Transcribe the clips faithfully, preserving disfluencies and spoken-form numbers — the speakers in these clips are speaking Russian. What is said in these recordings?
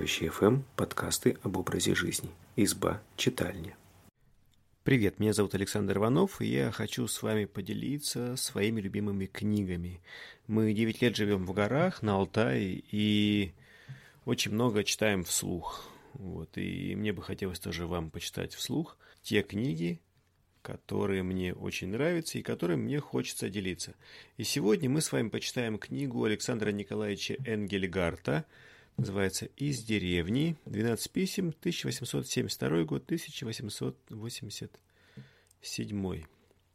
Настоящий эф эм, подкасты об образе жизни. Изба читальня. Привет, меня зовут Александр Иванов, и я хочу с вами поделиться своими любимыми книгами. Мы девять лет живем в горах на Алтае и очень много читаем вслух. Вот, и мне бы хотелось тоже вам почитать вслух те книги, которые мне очень нравятся и которыми мне хочется делиться. И сегодня мы с вами почитаем книгу Александра Николаевича Энгельгарта. Называется «Из деревни. двенадцать писем. тысяча восемьсот семьдесят второй год. тысяча восемьсот восемьдесят седьмой».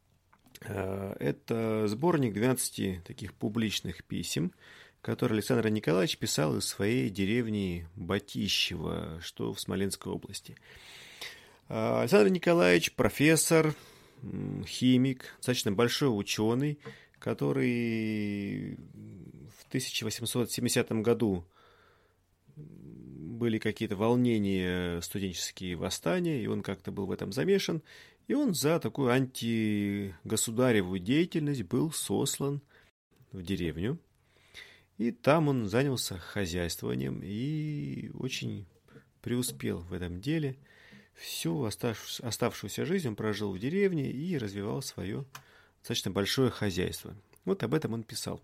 Это сборник двенадцати таких публичных писем, которые Александр Николаевич писал из своей деревни Батищево, что в Смоленской области. Александр Николаевич профессор, химик, достаточно большой ученый, который в тысяча восемьсот семидесятом году были какие-то волнения, студенческие восстания, и он как-то был в этом замешан, и он за такую антигосударевую деятельность был сослан в деревню, и там он занялся хозяйствованием и очень преуспел в этом деле. Всю оставшуюся жизнь он прожил в деревне и развивал свое достаточно большое хозяйство. Вот об этом он писал.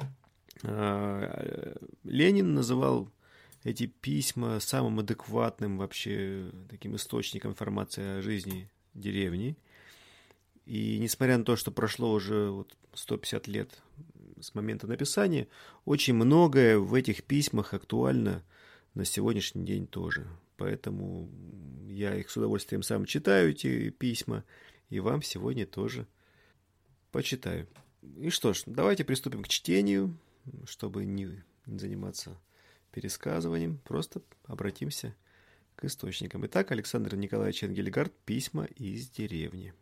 Ленин называл эти письма самым адекватным вообще таким источником информации о жизни деревни. И несмотря на то, что прошло уже вот сто пятьдесят лет с момента написания, очень многое в этих письмах актуально на сегодняшний день тоже. Поэтому я их с удовольствием сам читаю, эти письма, и вам сегодня тоже почитаю. И что ж, давайте приступим к чтению, чтобы не заниматься пересказыванием, просто обратимся к источникам. Итак, Александр Николаевич Энгельгарт «Письма из деревни».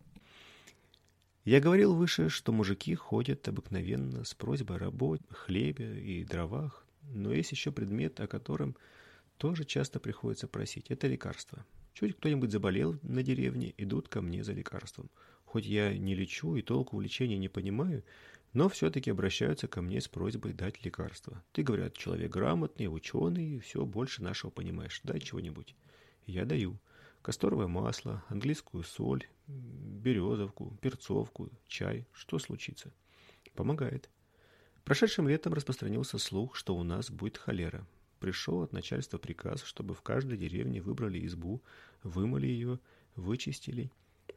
Я говорил выше, что мужики ходят обыкновенно с просьбой о работе, хлебе и дровах, но есть еще предмет, о котором тоже часто приходится просить. Это лекарства. Чуть кто-нибудь заболел на деревне, идут ко мне за лекарством. Хоть я не лечу и толку в лечении не понимаю, но все-таки обращаются ко мне с просьбой дать лекарства. Ты, говорят, человек грамотный, ученый, и все больше нашего понимаешь. Дай чего-нибудь. Я даю. Касторовое масло, английскую соль, березовку, перцовку, чай. Что случится? Помогает. Прошедшим летом распространился слух, что у нас будет холера. Пришел от начальства приказ, чтобы в каждой деревне выбрали избу, вымыли ее, вычистили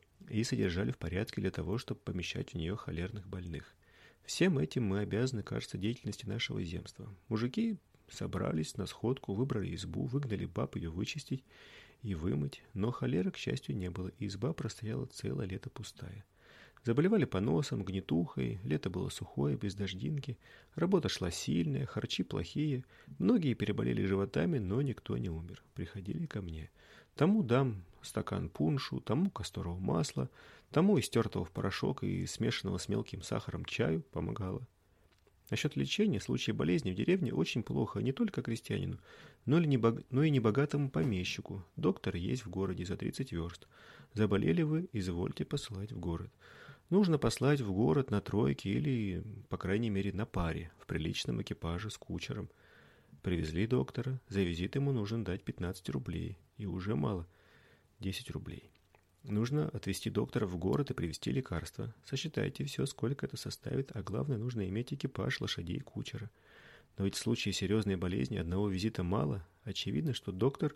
и содержали в порядке для того, чтобы помещать в нее холерных больных. Всем этим мы обязаны, кажется, деятельности нашего земства. Мужики собрались на сходку, выбрали избу, выгнали баб ее вычистить и вымыть, но холеры, к счастью, не было, и изба простояла целое лето пустая. Заболевали поносом, гнетухой, лето было сухое, без дождинки, работа шла сильная, харчи плохие, многие переболели животами, но никто не умер. Приходили ко мне. Тому дам стакан пуншу, тому касторового масла, тому истертого в порошок и смешанного с мелким сахаром чаю помогало. Насчет лечения, в случае болезни в деревне очень плохо не только крестьянину, но и небогатому помещику. Доктор есть в городе за тридцать верст. Заболели вы, извольте посылать в город. Нужно послать в город на тройке или, по крайней мере, на паре, в приличном экипаже с кучером. Привезли доктора, за визит ему нужно дать пятнадцать рублей, и уже мало, десять рублей. Нужно отвезти доктора в город и привезти лекарства. Сосчитайте все, сколько это составит, а главное, нужно иметь экипаж, лошадей, кучера. Но ведь в случае серьезной болезни одного визита мало. Очевидно, что доктор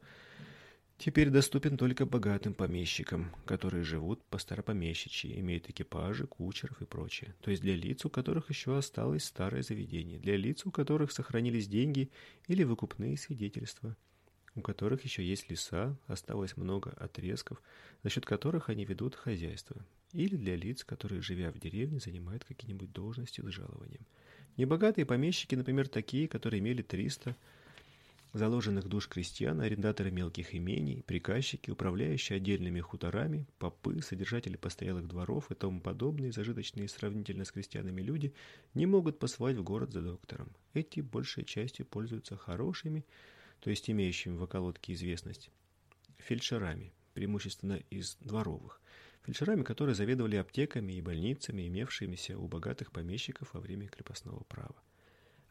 теперь доступен только богатым помещикам, которые живут по-старопомещичьи, имеют экипажи, кучеров и прочее. То есть для лиц, у которых еще осталось старое заведение, для лиц, у которых сохранились деньги или выкупные свидетельства, у которых еще есть леса, осталось много отрезков, за счет которых они ведут хозяйство, или для лиц, которые, живя в деревне, занимают какие-нибудь должности с жалованием. Небогатые помещики, например, такие, которые имели триста заложенных душ крестьян, арендаторы мелких имений, приказчики, управляющие отдельными хуторами, попы, содержатели постоялых дворов и тому подобные, зажиточные сравнительно с крестьянами люди, не могут посылать в город за доктором. Эти большей частью пользуются хорошими, то есть имеющими в околотке известность, фельдшерами, преимущественно из дворовых, фельдшерами, которые заведовали аптеками и больницами, имевшимися у богатых помещиков во время крепостного права.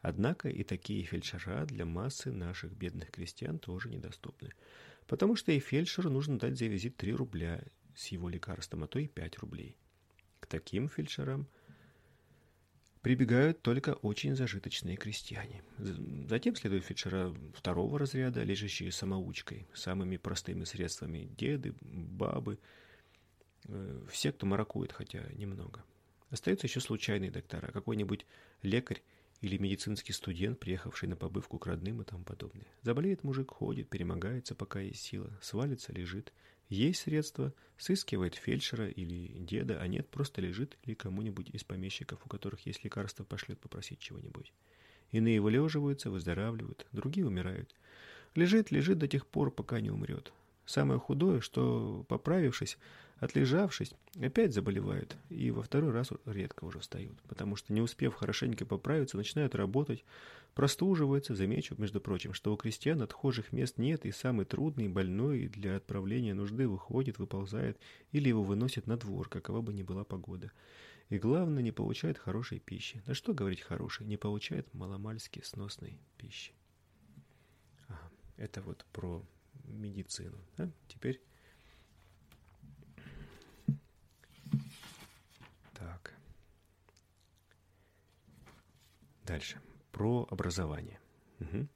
Однако и такие фельдшера для массы наших бедных крестьян тоже недоступны. Потому что и фельдшеру нужно дать за визит три рубля с его лекарством, а то и пять рублей. К таким фельдшерам прибегают только очень зажиточные крестьяне. Затем следуют фельдшера второго разряда, лежащие самоучкой, самыми простыми средствами: деды, бабы, все, кто маракует, хотя немного. Остаются еще случайные доктора, какой-нибудь лекарь или медицинский студент, приехавший на побывку к родным и тому подобное. Заболеет мужик, ходит, перемогается, пока есть сила, свалится, лежит. Есть средства, сыскивает фельдшера или деда, а нет, просто лежит, или кому-нибудь из помещиков, у которых есть лекарства, пошлет попросить чего-нибудь. Иные вылеживаются, выздоравливают, другие умирают. Лежит, лежит до тех пор, пока не умрет. Самое худое, что, поправившись, отлежавшись, опять заболевают, и во второй раз редко уже встают, потому что, не успев хорошенько поправиться, начинают работать, простуживаются. Замечу, между прочим, что у крестьян отхожих мест нет, и самый трудный, больной для отправления нужды выходит, выползает, или его выносят на двор, какова бы ни была погода. И главное, не получает хорошей пищи. Да что говорить хорошей, не получает маломальски сносной пищи. Ага, это вот про медицину. Да? Теперь так. Дальше. Про образование. Угу.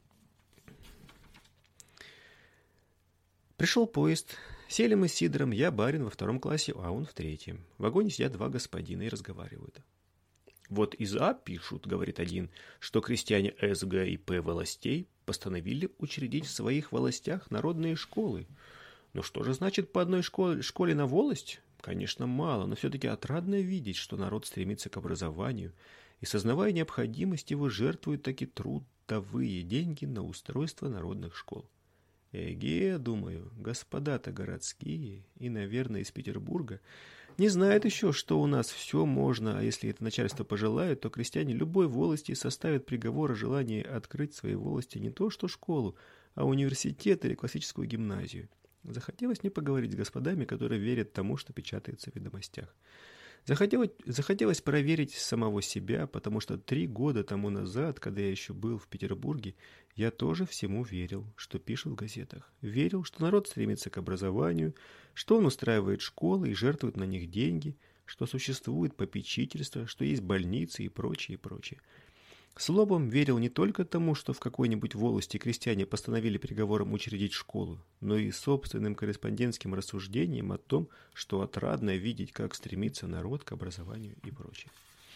Пришел поезд. Сели мы с Сидором. Я барин во втором классе, а он в третьем. В вагоне сидят два господина и разговаривают. Вот из А пишут, говорит один, что крестьяне С, Г и П властей постановили учредить в своих властях народные школы. Ну что же значит по одной школе, школе на волость? Конечно, мало, но все-таки отрадно видеть, что народ стремится к образованию и, сознавая необходимость его, жертвует таки трудовые деньги на устройство народных школ. Эге, думаю, господа-то городские и, наверное, из Петербурга не знают еще, что у нас все можно, а если это начальство пожелает, то крестьяне любой волости составят приговор о желании открыть в своей волости не то что школу, а университет или классическую гимназию. Захотелось мне поговорить с господами, которые верят тому, что печатается в ведомостях. Захотелось, захотелось проверить самого себя, потому что три года тому назад, когда я еще был в Петербурге, я тоже всему верил, что пишут в газетах. Верил, что народ стремится к образованию, что он устраивает школы и жертвует на них деньги, что существует попечительство, что есть больницы и прочее, и прочее. Словом, верил не только тому, что в какой-нибудь волости крестьяне постановили приговором учредить школу, но и собственным корреспондентским рассуждением о том, что отрадно видеть, как стремится народ к образованию и прочее.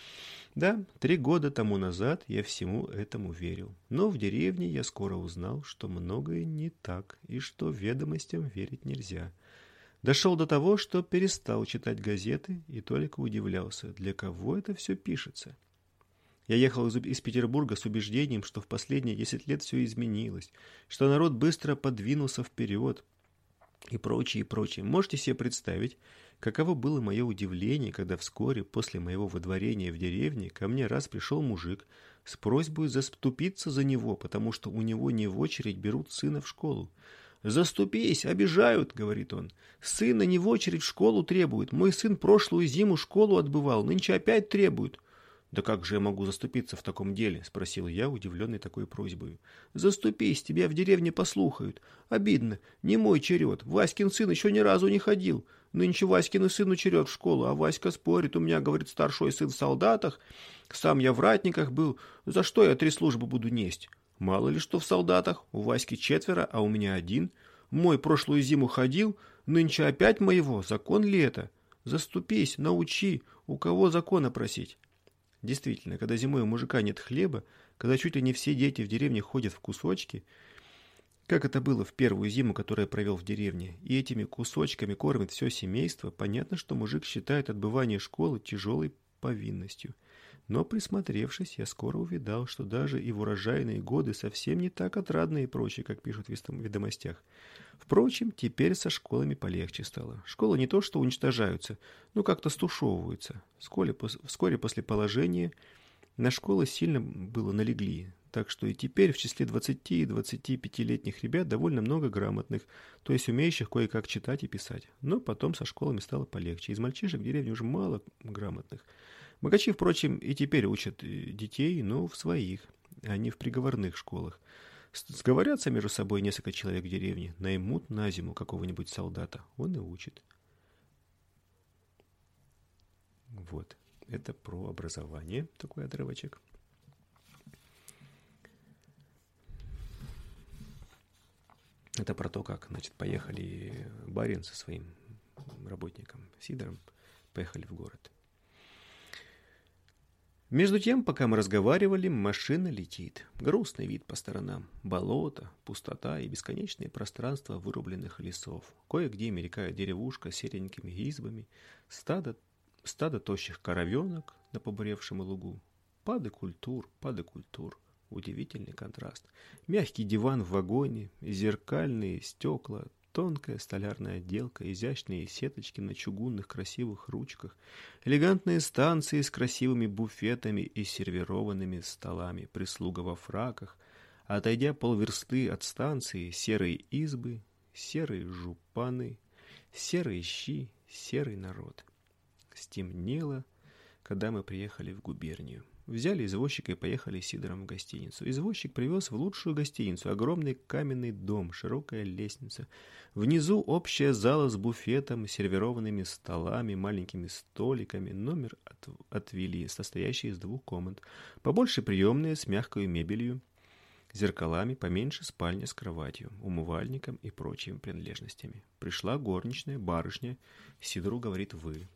Да, три года тому назад я всему этому верил, но в деревне я скоро узнал, что многое не так и что ведомостям верить нельзя. Дошел до того, что перестал читать газеты и только удивлялся, для кого это все пишется. Я ехал из, из Петербурга с убеждением, что в последние десять лет все изменилось, что народ быстро подвинулся вперед и прочее, и прочее. Можете себе представить, каково было мое удивление, когда вскоре после моего выдворения в деревне ко мне раз пришел мужик с просьбой заступиться за него, потому что у него не в очередь берут сына в школу. «Заступись, обижают», — говорит он. «Сына не в очередь в школу требуют. Мой сын прошлую зиму школу отбывал, нынче опять требуют». «Да как же я могу заступиться в таком деле?» — спросил я, удивленный такой просьбой. «Заступись, тебя в деревне послухают. Обидно, не мой черед. Васькин сын еще ни разу не ходил. Нынче Васькин сыну черед в школу, а Васька спорит. У меня, говорит, старший сын в солдатах. Сам я в ратниках был. За что я три службы буду несть? Мало ли что в солдатах. У Васьки четверо, а у меня один. Мой прошлую зиму ходил, нынче опять моего. Закон ли это? Заступись, научи. У кого закона просить?» Действительно, когда зимой у мужика нет хлеба, когда чуть ли не все дети в деревне ходят в кусочки, как это было в первую зиму, которую я провел в деревне, и этими кусочками кормит все семейство, понятно, что мужик считает отбывание школы тяжелой повинностью. Но, присмотревшись, я скоро увидал, что даже и в урожайные годы совсем не так отрадно и прочее, как пишут в ведомостях. Впрочем, теперь со школами полегче стало. Школы не то что уничтожаются, но как-то стушевываются. Вскоре, вскоре после положения на школы сильно было налегли, так что и теперь в числе двадцати-двадцатипятилетних ребят довольно много грамотных, то есть умеющих кое-как читать и писать. Но потом со школами стало полегче. Из мальчишек в деревне уже мало грамотных. Богачи, впрочем, и теперь учат детей, но в своих, а не в приговорных школах. Сговорятся между собой несколько человек в деревне, наймут на зиму какого-нибудь солдата, он и учит. Вот, это про образование, такой отрывочек. Это про то, как, значит, поехали барин со своим работником Сидором, поехали в город. Между тем, пока мы разговаривали, машина летит. Грустный вид по сторонам. Болото, пустота и бесконечные пространства вырубленных лесов. Кое-где мелькает деревушка с серенькими избами, стадо, стадо тощих коровенок на побуревшем лугу. Пады культур, пады культур. Удивительный контраст. Мягкий диван в вагоне, зеркальные стекла, тонкая столярная отделка, изящные сеточки на чугунных красивых ручках, элегантные станции с красивыми буфетами и сервированными столами, прислуга во фраках, а отойдя полверсты от станции, серые избы, серые жупаны, серые щи, серый народ. Стемнело, когда мы приехали в губернию. Взяли извозчика и поехали с Сидором в гостиницу. Извозчик привез в лучшую гостиницу. Огромный каменный дом, широкая лестница. Внизу общая зала с буфетом, сервированными столами, маленькими столиками. Номер от, отвели, состоящий из двух комнат. Побольше приемная с мягкой мебелью, зеркалами, поменьше спальня с кроватью, умывальником и прочими принадлежностями. Пришла горничная, барышня. Сидору говорит «вы».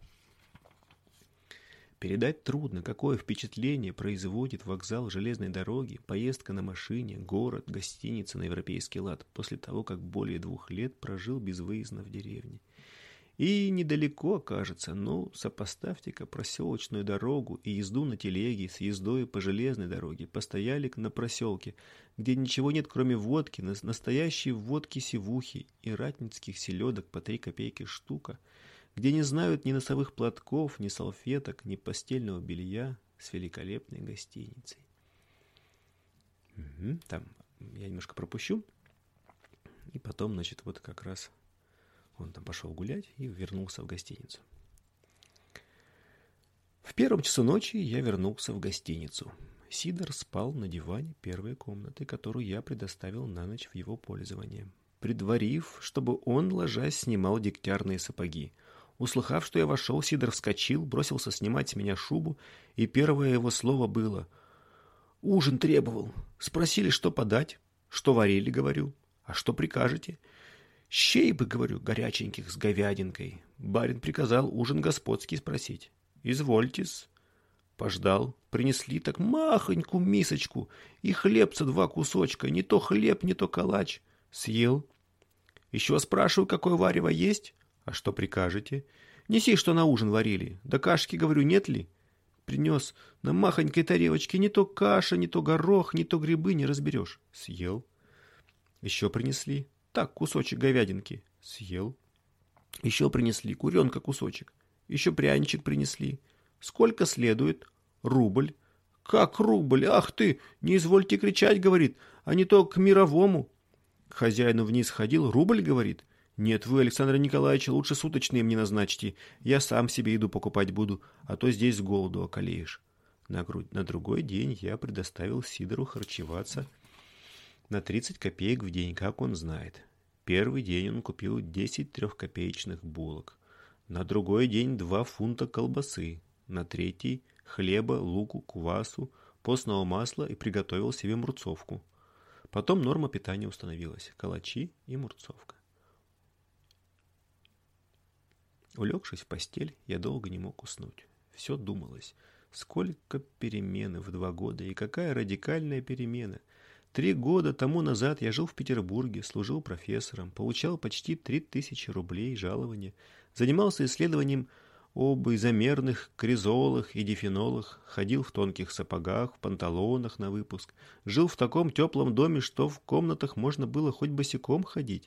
Передать трудно, какое впечатление производит вокзал железной дороги, поездка на машине, город, гостиница на европейский лад, после того, как более двух лет прожил безвыездно в деревне. И недалеко окажется, но сопоставьте-ка проселочную дорогу и езду на телеге с ездой по железной дороге, постоялик на проселке, где ничего нет, кроме водки, настоящей водки-севухи и ратницких селедок по три копейки штука, где не знают ни носовых платков, ни салфеток, ни постельного белья, с великолепной гостиницей. Угу, там я немножко пропущу. И потом, значит, вот как раз он там пошел гулять и вернулся в гостиницу. В первом часу ночи я вернулся в гостиницу. Сидор спал на диване первой комнаты, которую я предоставил на ночь в его пользование, предварив, чтобы он, ложась, снимал дегтярные сапоги. Услыхав, что я вошел, Сидор вскочил, бросился снимать с меня шубу, и первое его слово было: «Ужин требовал. Спросили, что подать. Что варили, говорю. А что прикажете? Щей бы, говорю, горяченьких с говядинкой. Барин приказал ужин господский спросить. Извольте-с». Пождал. Принесли так махонькую мисочку и хлебца два кусочка. Не то хлеб, не то калач. Съел. Еще спрашиваю, какое варево есть? А что прикажете? Неси, что на ужин варили. Да кашки, говорю, нет ли? Принес на махонькой тарелочке не то каша, не то горох, не то грибы, не разберешь. Съел. Еще принесли. Так, кусочек говядинки. Съел. Еще принесли. Куренка кусочек. Еще пряничек принесли. Сколько следует? Рубль. Как рубль? Ах ты! Не извольте кричать, говорит, а не то к мировому. К хозяину вниз ходил. Рубль, говорит. Нет, вы, Александр Николаевич, лучше суточные мне назначьте. Я сам себе еду покупать буду, а то здесь с голоду околеешь. На, грудь, на другой день я предоставил Сидору харчеваться на тридцать копеек в день, как он знает. Первый день он купил десять трехкопеечных булок. На другой день два фунта колбасы. На третий хлеба, луку, квасу, постного масла и приготовил себе мурцовку. Потом норма питания установилась: калачи и мурцовка. Улегшись в постель, я долго не мог уснуть. Все думалось. Сколько перемен в два года, и какая радикальная перемена. Три года тому назад я жил в Петербурге, служил профессором, получал почти три тысячи рублей жалования, занимался исследованием об изомерных кризолах и дифенолах, ходил в тонких сапогах, в панталонах на выпуск, жил в таком теплом доме, что в комнатах можно было хоть босиком ходить.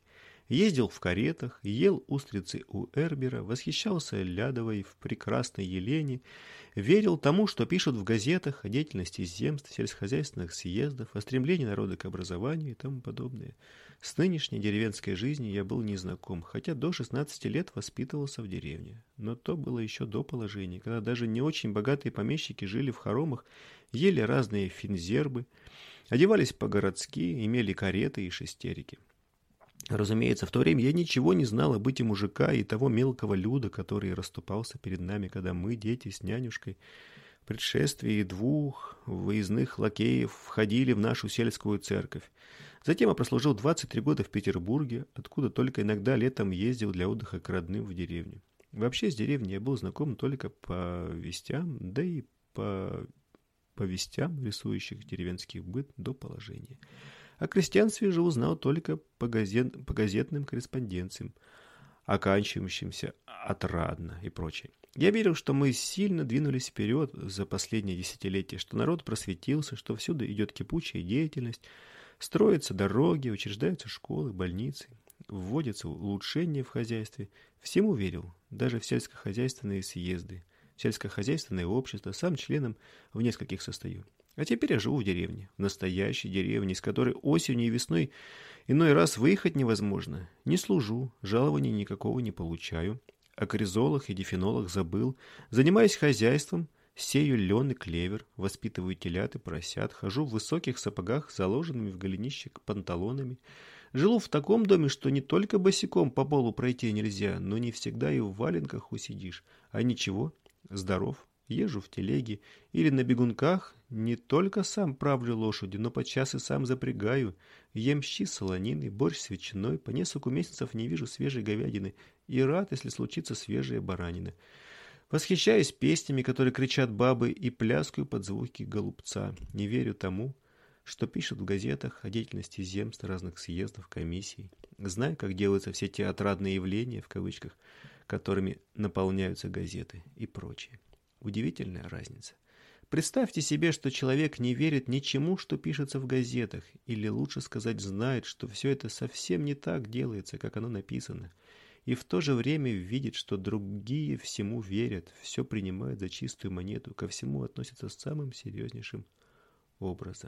Ездил в каретах, ел устрицы у Эрбера, восхищался Лядовой в прекрасной Елене, верил тому, что пишут в газетах о деятельности земств, сельскохозяйственных съездов, о стремлении народа к образованию и тому подобное. С нынешней деревенской жизнью я был незнаком, хотя до шестнадцати лет воспитывался в деревне. Но то было еще до положения, когда даже не очень богатые помещики жили в хоромах, ели разные финзербы, одевались по-городски, имели кареты и шестерики. Разумеется, в то время я ничего не знал о быте мужика и того мелкого люда, который расступался перед нами, когда мы, дети с нянюшкой, в предшествии двух выездных лакеев, входили в нашу сельскую церковь. Затем я прослужил двадцать три года в Петербурге, откуда только иногда летом ездил для отдыха к родным в деревню. Вообще с деревней я был знаком только по вестям, да и по повестям, рисующих деревенский быт до положения. О крестьянстве же узнал только по, газет, по газетным корреспонденциям, оканчивающимся отрадно и прочее. Я верил, что мы сильно двинулись вперед за последние десятилетия, что народ просветился, что всюду идет кипучая деятельность, строятся дороги, учреждаются школы, больницы, вводятся улучшения в хозяйстве. Всему верил, даже в сельскохозяйственные съезды, в сельскохозяйственное общество, сам членом в нескольких состою. А теперь я живу в деревне, в настоящей деревне, из которой осенью и весной иной раз выехать невозможно. Не служу, жалований никакого не получаю, о коризолах и дифенолах забыл, занимаюсь хозяйством, сею лен и клевер, воспитываю телят и поросят, хожу в высоких сапогах, заложенными в голенище панталонами. Живу в таком доме, что не только босиком по полу пройти нельзя, но не всегда и в валенках усидишь. А ничего, здоров. Езжу в телеге или на бегунках, не только сам правлю лошадью, но подчас и сам запрягаю. Ем щи с солониной, борщ с ветчиной, по несколько месяцев не вижу свежей говядины и рад, если случится свежая баранина. Восхищаюсь песнями, которые кричат бабы, и пляскаю под звуки голубца. Не верю тому, что пишут в газетах о деятельности земств, разных съездов, комиссий. Знаю, как делаются все те отрадные явления, в кавычках, которыми наполняются газеты и прочее. Удивительная разница. Представьте себе, что человек не верит ничему, что пишется в газетах, или лучше сказать, знает, что все это совсем не так делается, как оно написано, и в то же время видит, что другие всему верят, все принимают за чистую монету, ко всему относятся самым серьезнейшим образом.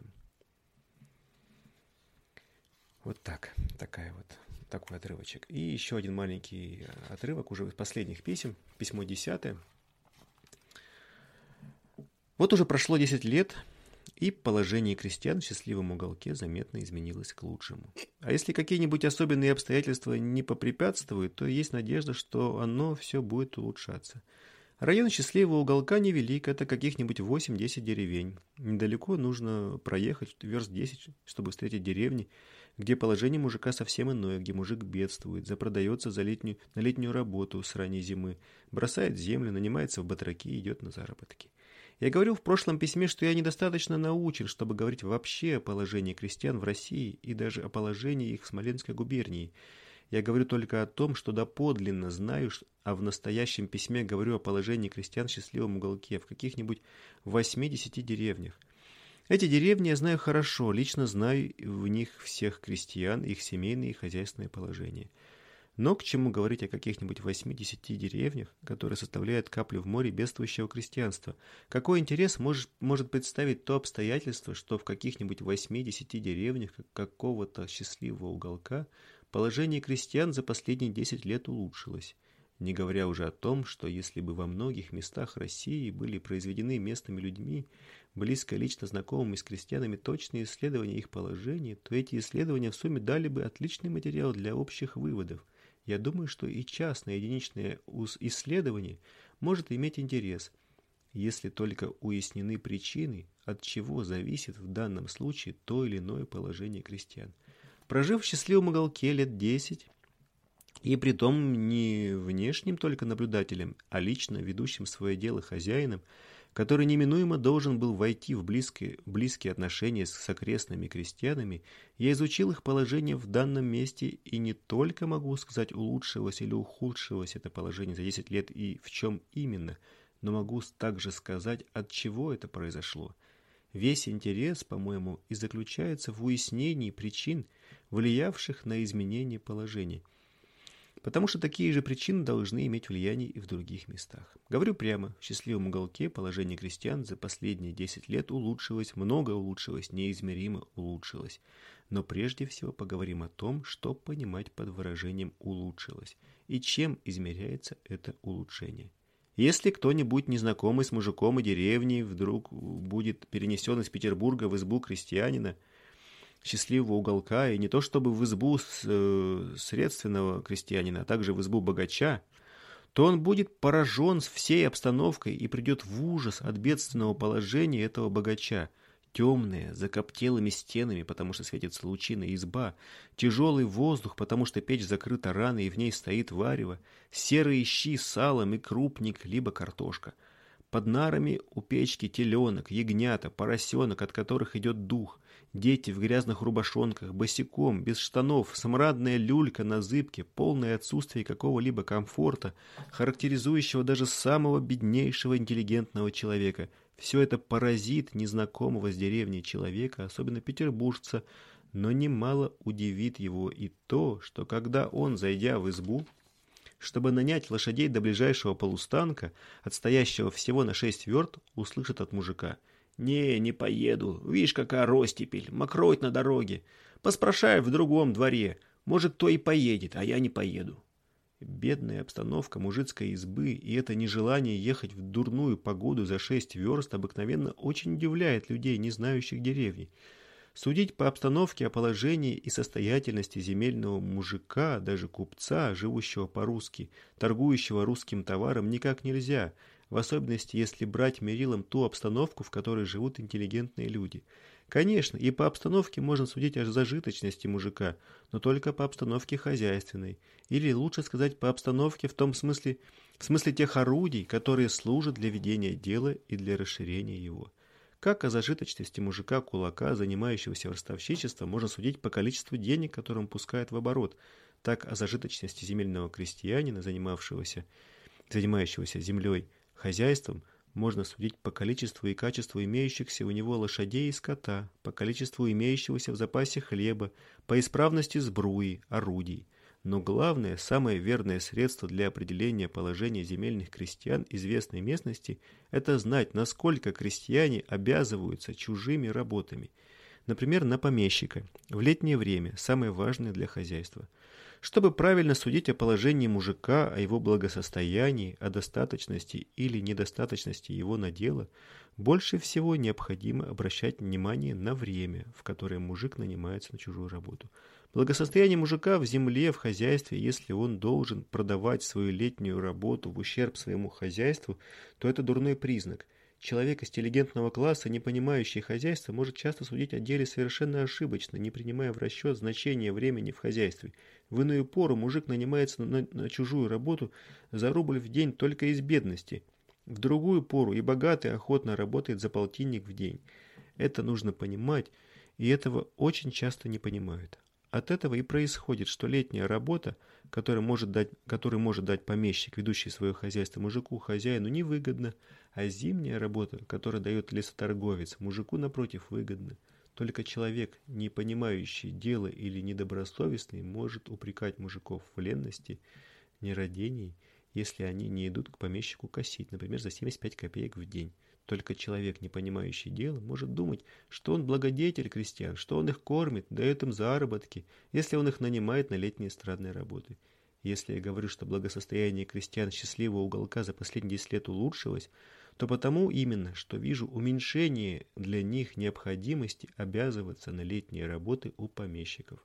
Вот так, такая вот, такой отрывочек. И еще один маленький отрывок уже из последних писем, письмо десятое. Вот уже прошло десять лет, и положение крестьян в счастливом уголке заметно изменилось к лучшему. А если какие-нибудь особенные обстоятельства не попрепятствуют, то есть надежда, что оно все будет улучшаться. Район счастливого уголка невелик, это каких-нибудь восемь-десять деревень. Недалеко нужно проехать верст десять, чтобы встретить деревни, где положение мужика совсем иное, где мужик бедствует, запродается за летнюю, на летнюю работу с ранней зимы, бросает землю, нанимается в батраки и идет на заработки. Я говорил в прошлом письме, что я недостаточно научен, чтобы говорить вообще о положении крестьян в России и даже о положении их в Смоленской губернии. Я говорю только о том, что доподлинно знаю, а в настоящем письме говорю о положении крестьян в счастливом уголке, в каких-нибудь восьми-десяти деревнях. Эти деревни я знаю хорошо, лично знаю в них всех крестьян, их семейное и хозяйственное положение. Но к чему говорить о каких-нибудь восьми-десяти деревнях, которые составляют каплю в море бедствующего крестьянства? Какой интерес может, может представить то обстоятельство, что в каких-нибудь восьми-десяти деревнях какого-то счастливого уголка положение крестьян за последние десять лет улучшилось? Не говоря уже о том, что если бы во многих местах России были произведены местными людьми, близко лично знакомыми с крестьянами, точные исследования их положения, то эти исследования в сумме дали бы отличный материал для общих выводов. Я думаю, что и частное единичное исследование может иметь интерес, если только уяснены причины, от чего зависит в данном случае то или иное положение крестьян. Прожив в счастливом уголке лет десять, и притом не внешним только наблюдателем, а лично ведущим свое дело хозяином, который неминуемо должен был войти в близкие, близкие отношения с окрестными крестьянами, я изучил их положение в данном месте и не только могу сказать, улучшилось или ухудшилось это положение за десять лет и в чем именно, но могу также сказать, от чего это произошло. Весь интерес, по-моему, и заключается в уяснении причин, влиявших на изменение положения. Потому что такие же причины должны иметь влияние и в других местах. Говорю прямо, в счастливом уголке положение крестьян за последние десять лет улучшилось, много улучшилось, неизмеримо улучшилось. Но прежде всего поговорим о том, что понимать под выражением «улучшилось» и чем измеряется это улучшение. Если кто-нибудь, незнакомый с мужиком и деревней, вдруг будет перенесен из Петербурга в избу крестьянина, счастливого уголка, и не то чтобы в избу с, э, средственного крестьянина, а также в избу богача, то он будет поражен всей обстановкой и придет в ужас от бедственного положения этого богача. Темная, закоптелыми стенами, потому что светится лучина изба, тяжелый воздух, потому что печь закрыта рано и в ней стоит варево, серые щи с салом и крупник, либо картошка. Под нарами у печки теленок, ягнята, поросенок, от которых идет дух, дети в грязных рубашонках, босиком, без штанов, смрадная люлька на зыбке, полное отсутствие какого-либо комфорта, характеризующего даже самого беднейшего интеллигентного человека. Все это поразит незнакомого с деревней человека, особенно петербуржца, но немало удивит его и то, что когда он, зайдя в избу, чтобы нанять лошадей до ближайшего полустанка, отстоящего всего на шесть верст, услышит от мужика: «Не, не поеду, видишь, какая ростепель, мокроть на дороге. Поспрашай в другом дворе, может, кто и поедет, а я не поеду». Бедная обстановка мужицкой избы и это нежелание ехать в дурную погоду за шесть верст обыкновенно очень удивляет людей, не знающих деревни. Судить по обстановке о положении и состоятельности земельного мужика, даже купца, живущего по-русски, торгующего русским товаром, никак нельзя, в особенности если брать мерилом ту обстановку, в которой живут интеллигентные люди. Конечно, и по обстановке можно судить о зажиточности мужика, но только по обстановке хозяйственной, или лучше сказать по обстановке в том смысле, в смысле тех орудий, которые служат для ведения дела и для расширения его. Как о зажиточности мужика-кулака, занимающегося ростовщичеством, можно судить по количеству денег, которые он пускает в оборот, так о зажиточности земельного крестьянина, занимавшегося, занимающегося землей, хозяйством, можно судить по количеству и качеству имеющихся у него лошадей и скота, по количеству имеющегося в запасе хлеба, по исправности сбруи, орудий. Но главное, самое верное средство для определения положения земельных крестьян известной местности – это знать, насколько крестьяне обязываются чужими работами. Например, на помещика, в летнее время, самое важное для хозяйства. Чтобы правильно судить о положении мужика, о его благосостоянии, о достаточности или недостаточности его надела, больше всего необходимо обращать внимание на время, в которое мужик нанимается на чужую работу. Благосостояние мужика в земле, в хозяйстве, если он должен продавать свою летнюю работу в ущерб своему хозяйству, то это дурной признак. Человек из интеллигентного класса, не понимающий хозяйства, может часто судить о деле совершенно ошибочно, не принимая в расчет значение времени в хозяйстве. В иную пору мужик нанимается на, на чужую работу за рубль в день только из бедности. В другую пору и богатый охотно работает за полтинник в день. Это нужно понимать, и этого очень часто не понимают. От этого и происходит, что летняя работа, которую может дать, которую может дать помещик, ведущий свое хозяйство мужику, хозяину, невыгодна, а зимняя работа, которую дает лесоторговец, мужику, напротив, выгодна. Только человек, не понимающий дела или недобросовестный, может упрекать мужиков в ленности, нерадении, если они не идут к помещику косить, например, за семьдесят пять копеек в день. Только человек, не понимающий дела, может думать, что он благодетель крестьян, что он их кормит, дает им заработки, если он их нанимает на летние эстрадные работы. Если я говорю, что благосостояние крестьян счастливого уголка за последние десять лет улучшилось, то потому именно, что вижу уменьшение для них необходимости обязываться на летние работы у помещиков.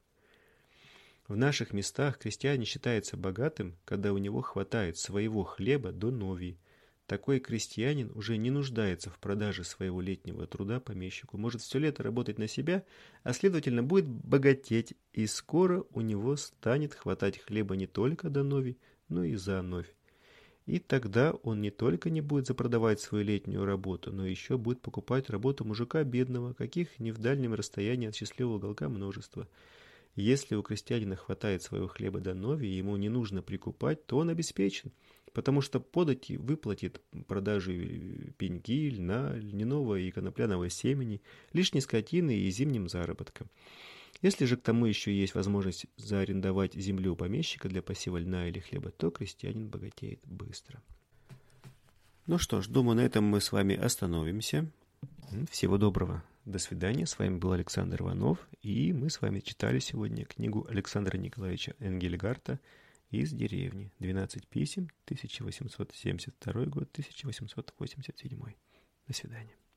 В наших местах крестьянин считается богатым, когда у него хватает своего хлеба до нови. Такой крестьянин уже не нуждается в продаже своего летнего труда помещику, может все лето работать на себя, а следовательно будет богатеть, и скоро у него станет хватать хлеба не только до нови, но и за новь. И тогда он не только не будет запродавать свою летнюю работу, но еще будет покупать работу мужика бедного, каких не в дальнем расстоянии от счастливого уголка множество. Если у крестьянина хватает своего хлеба до нови, и ему не нужно прикупать, то он обеспечен, потому что подати выплатит продажи пеньки, льна, льняного и конопляного семени, лишней скотины и зимним заработком. Если же к тому еще есть возможность заарендовать землю у помещика для посева льна или хлеба, то крестьянин богатеет быстро. Ну что ж, думаю, на этом мы с вами остановимся. Всего доброго. До свидания. С вами был Александр Иванов, и мы с вами читали сегодня книгу Александра Николаевича Энгельгарта «Из деревни. двенадцать писем. тысяча восемьсот семьдесят второй год. тысяча восемьсот восемьдесят седьмой». До свидания.